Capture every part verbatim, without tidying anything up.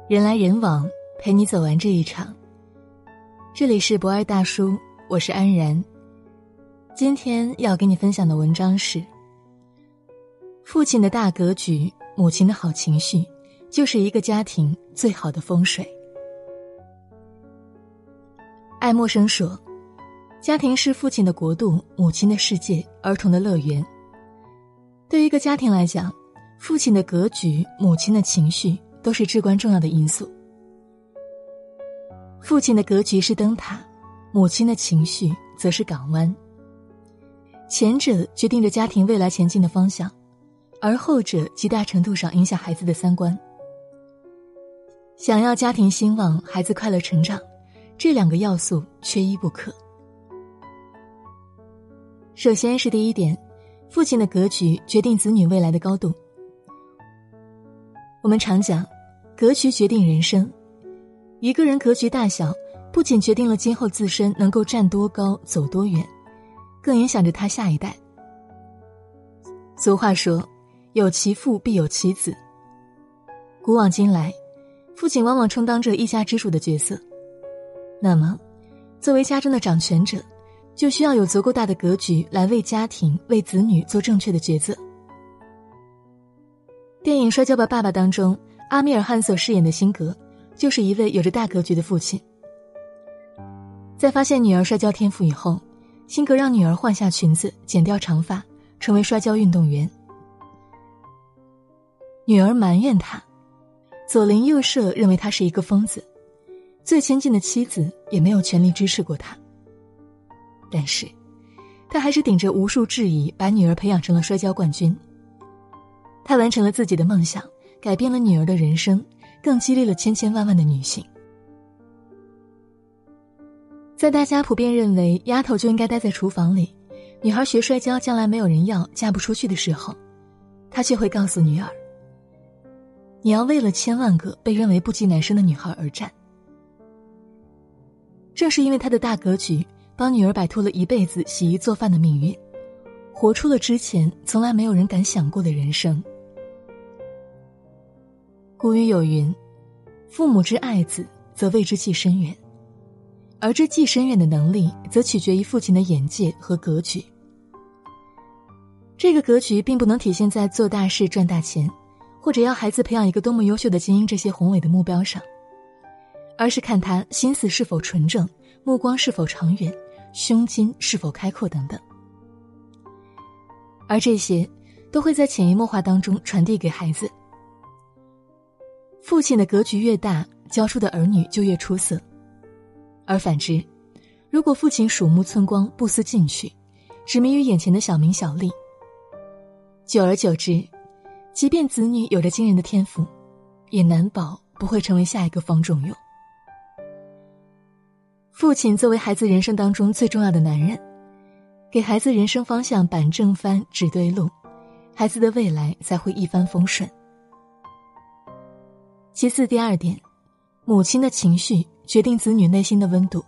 人来人往，陪你走完这一场。这里是博二大叔，我是安然。今天要给你分享的文章是：父亲的大格局，母亲的好情绪，就是一个家庭最好的风水。爱默生说，家庭是父亲的国度，母亲的世界，儿童的乐园。对于一个家庭来讲，父亲的格局，母亲的情绪都是至关重要的因素。父亲的格局是灯塔，母亲的情绪则是港湾。前者决定着家庭未来前进的方向，而后者极大程度上影响孩子的三观。想要家庭兴旺，孩子快乐成长，这两个要素缺一不可。首先是第一点，父亲的格局决定子女未来的高度。我们常讲，格局决定人生。一个人格局大小，不仅决定了今后自身能够站多高走多远，更影响着他下一代。俗话说，有其父必有其子。古往今来，父亲往往充当着一家之主的角色。那么，作为家中的掌权者，就需要有足够大的格局来为家庭、为子女做正确的抉择。电影《摔跤吧，爸爸》当中，阿米尔汗所饰演的辛格就是一位有着大格局的父亲。在发现女儿摔跤天赋以后，辛格让女儿换下裙子，剪掉长发，成为摔跤运动员。女儿埋怨他，左邻右舍认为他是一个疯子，最亲近的妻子也没有全力支持过他。但是他还是顶着无数质疑，把女儿培养成了摔跤冠军。他完成了自己的梦想，改变了女儿的人生，更激励了千千万万的女性。在大家普遍认为丫头就应该待在厨房里，女孩学摔跤将来没有人要，嫁不出去的时候，他却会告诉女儿，你要为了千万个被认为不及男生的女孩而战。正是因为他的大格局，帮女儿摆脱了一辈子洗衣做饭的命运，活出了之前从来没有人敢想过的人生。古语有云，父母之爱子，则为之计深远。而这计深远的能力，则取决于父亲的眼界和格局。这个格局并不能体现在做大事赚大钱，或者要孩子培养一个多么优秀的基因这些宏伟的目标上，而是看他心思是否纯正，目光是否长远，胸襟是否开阔等等。而这些都会在潜移默化当中传递给孩子。父亲的格局越大，教出的儿女就越出色。而反之，如果父亲鼠目寸光，不思进取，执迷于眼前的小名小利，久而久之，即便子女有着惊人的天赋，也难保不会成为下一个方仲永。父亲作为孩子人生当中最重要的男人，给孩子人生方向板正帆，指对路，孩子的未来才会一帆风顺。其次，第二点，母亲的情绪决定子女内心的温度。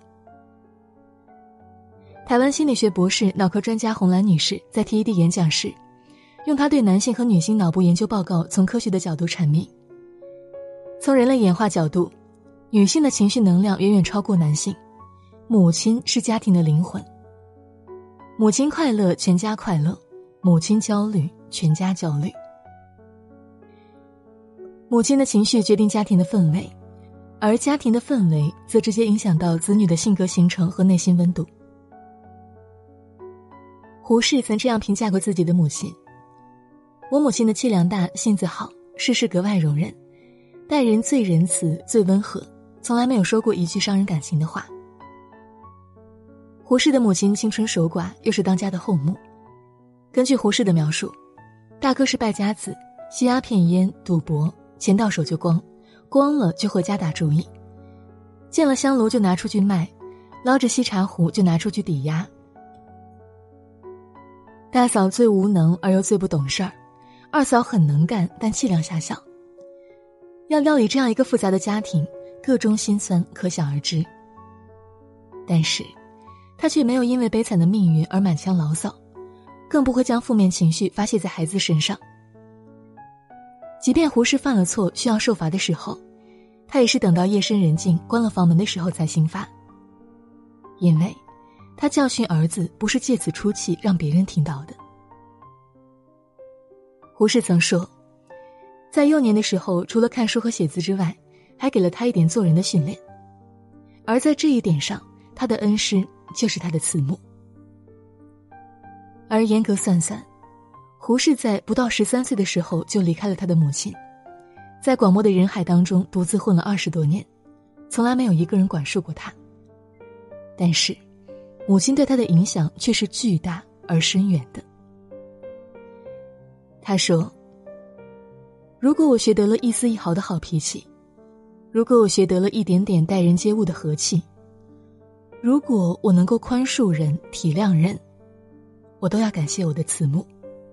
台湾心理学博士、脑科专家洪兰女士在 T E D 演讲时，用她对男性和女性脑部研究报告从科学的角度阐明，从人类演化角度，女性的情绪能量远远超过男性，母亲是家庭的灵魂。母亲快乐，全家快乐；母亲焦虑，全家焦虑。母亲的情绪决定家庭的氛围，而家庭的氛围则直接影响到子女的性格形成和内心温度。胡适曾这样评价过自己的母亲：我母亲的气量大，性子好，事事格外容忍，待人最仁慈最温和，从来没有说过一句伤人感情的话。胡适的母亲清纯守寡，又是当家的后母。根据胡适的描述，大哥是败家子，吸鸦片烟，赌博，钱到手就光，光了就和家打主意，见了香炉就拿出去卖，捞着锡茶壶就拿出去抵押。大嫂最无能而又最不懂事儿，二嫂很能干，但气量狭小。要料理这样一个复杂的家庭，各中辛酸可想而知。但是他却没有因为悲惨的命运而满腔牢骚，更不会将负面情绪发泄在孩子身上。即便胡适犯了错需要受罚的时候， 他也是等到夜深人静关了房门的时候才醒发，因为他教训儿子不是借此出气让别人听到的。胡适曾说，在幼年的时候，除了看书和写字之外，还给了他一点做人的训练，而在这一点上，他的恩师就是他的慈母。而严格算算，胡适在不到十三岁的时候就离开了他的母亲，在广漠的人海当中独自混了二十多年，从来没有一个人管束过他。但是，母亲对他的影响却是巨大而深远的。他说，如果我学得了一丝一毫的好脾气，如果我学得了一点点待人接物的和气，如果我能够宽恕人、体谅人，我都要感谢我的慈母。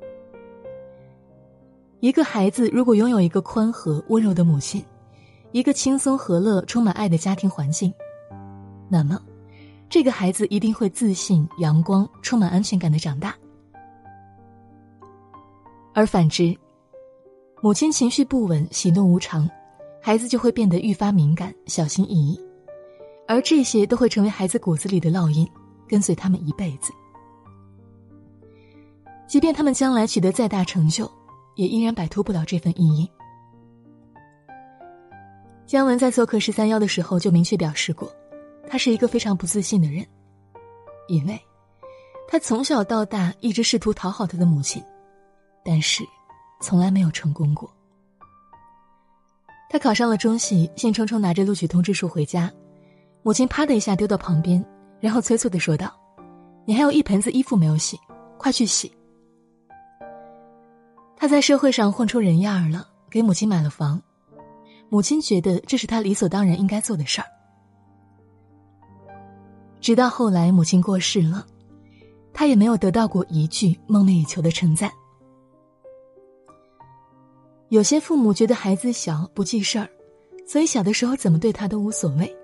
一个孩子如果拥有一个宽和、温柔的母亲，一个轻松和乐、充满爱的家庭环境，那么，这个孩子一定会自信、阳光、充满安全感的长大。而反之，母亲情绪不稳、喜怒无常，孩子就会变得愈发敏感、小心翼翼，而这些都会成为孩子骨子里的烙印，跟随他们一辈子。即便他们将来取得再大成就，也依然摆脱不了这份阴影。姜文在做客十三邀的时候就明确表示过，他是一个非常不自信的人，因为他从小到大一直试图讨好他的母亲，但是从来没有成功过。他考上了中戏，兴冲冲拿着录取通知书回家，母亲啪的一下丢到旁边，然后催促地说道，你还有一盆子衣服没有洗，快去洗。他在社会上混出人样了，给母亲买了房，母亲觉得这是他理所当然应该做的事儿。直到后来母亲过世了，他也没有得到过一句梦寐以求的称赞。有些父母觉得孩子小不记事儿，所以小的时候怎么对他都无所谓。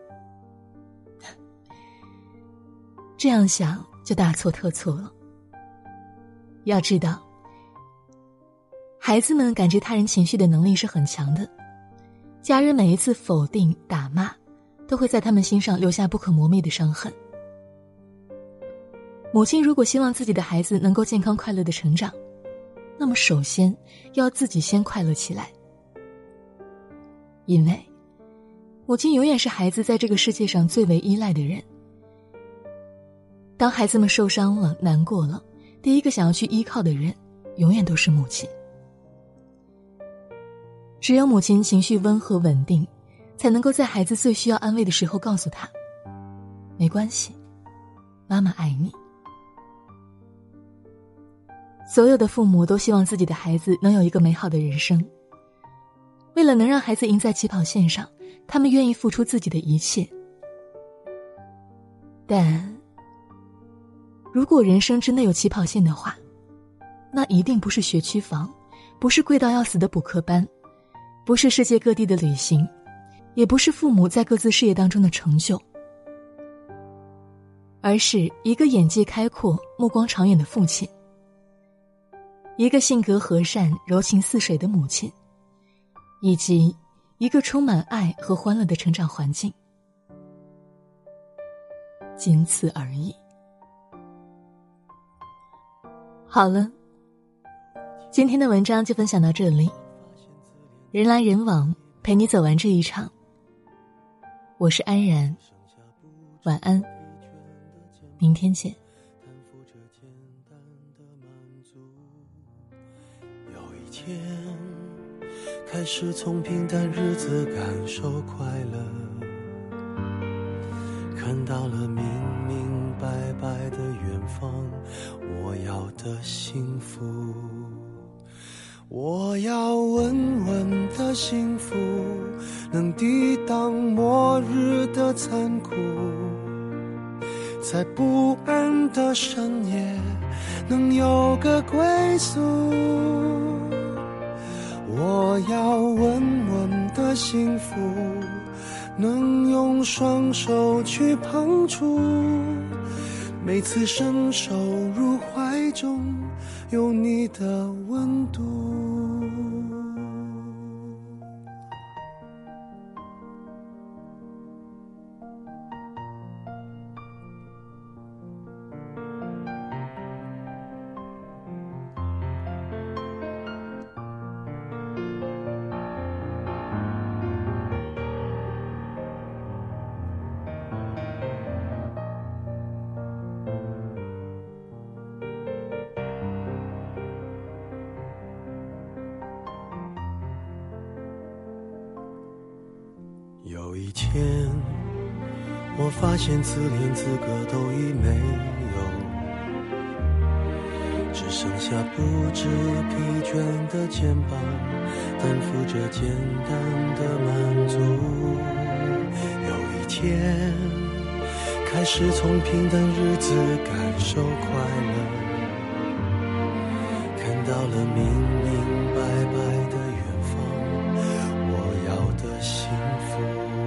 这样想就大错特错了。要知道，孩子们感知他人情绪的能力是很强的，家人每一次否定、打骂，都会在他们心上留下不可磨灭的伤痕。母亲如果希望自己的孩子能够健康快乐的成长，那么首先要自己先快乐起来。因为母亲永远是孩子在这个世界上最为依赖的人。当孩子们受伤了、难过了，第一个想要去依靠的人永远都是母亲。只有母亲情绪温和稳定，才能够在孩子最需要安慰的时候告诉他，没关系，妈妈爱你。所有的父母都希望自己的孩子能有一个美好的人生，为了能让孩子赢在起跑线上，他们愿意付出自己的一切。但如果人生真的有起跑线的话，那一定不是学区房，不是贵到要死的补课班，不是世界各地的旅行，也不是父母在各自事业当中的成就，而是一个眼界开阔、目光长远的父亲，一个性格和善、柔情似水的母亲，以及一个充满爱和欢乐的成长环境，仅此而已。好了，今天的文章就分享到这里。人来人往，陪你走完这一场。我是安然，晚安，明天见。 天开始从平淡日子感受快乐，看到了明明白白的远方，我要的幸福，我要稳稳的幸福，能抵挡末日的残酷，在不安的深夜能有个归宿，我要稳稳的幸福，能用双手去碰触，每次伸手入怀中有你的温度。 有一天我发现自怜资格都已没有，只剩下不知疲倦的肩膀，担负着简单的满足。有一天开始从平淡日子感受快乐，看到了明明白白的远方，我要的幸福。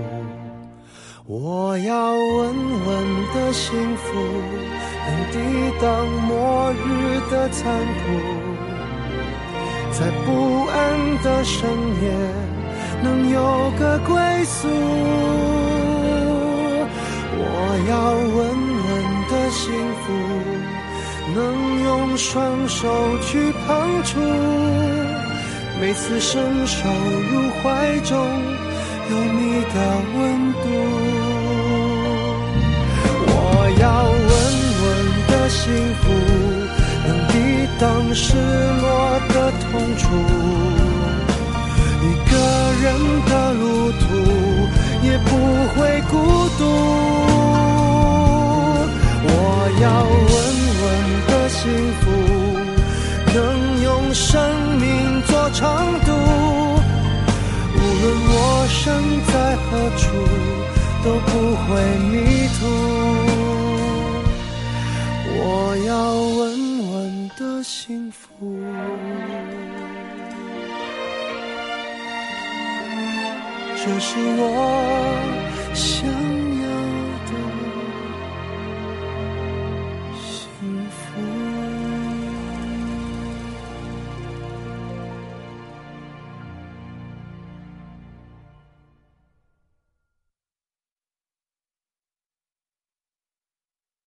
我要稳稳的幸福，能抵挡末日的残酷，在不安的深夜能有个归宿。我要稳稳的幸福，能用双手去碰触，每次伸手入怀中有你的温度。我要稳稳的幸福，能抵挡失落的痛楚，一个人的路途也不会孤独。我要稳稳的幸福，能用生命做长度，无论我身在何处都不会迷途。我要稳稳的幸福。这是我想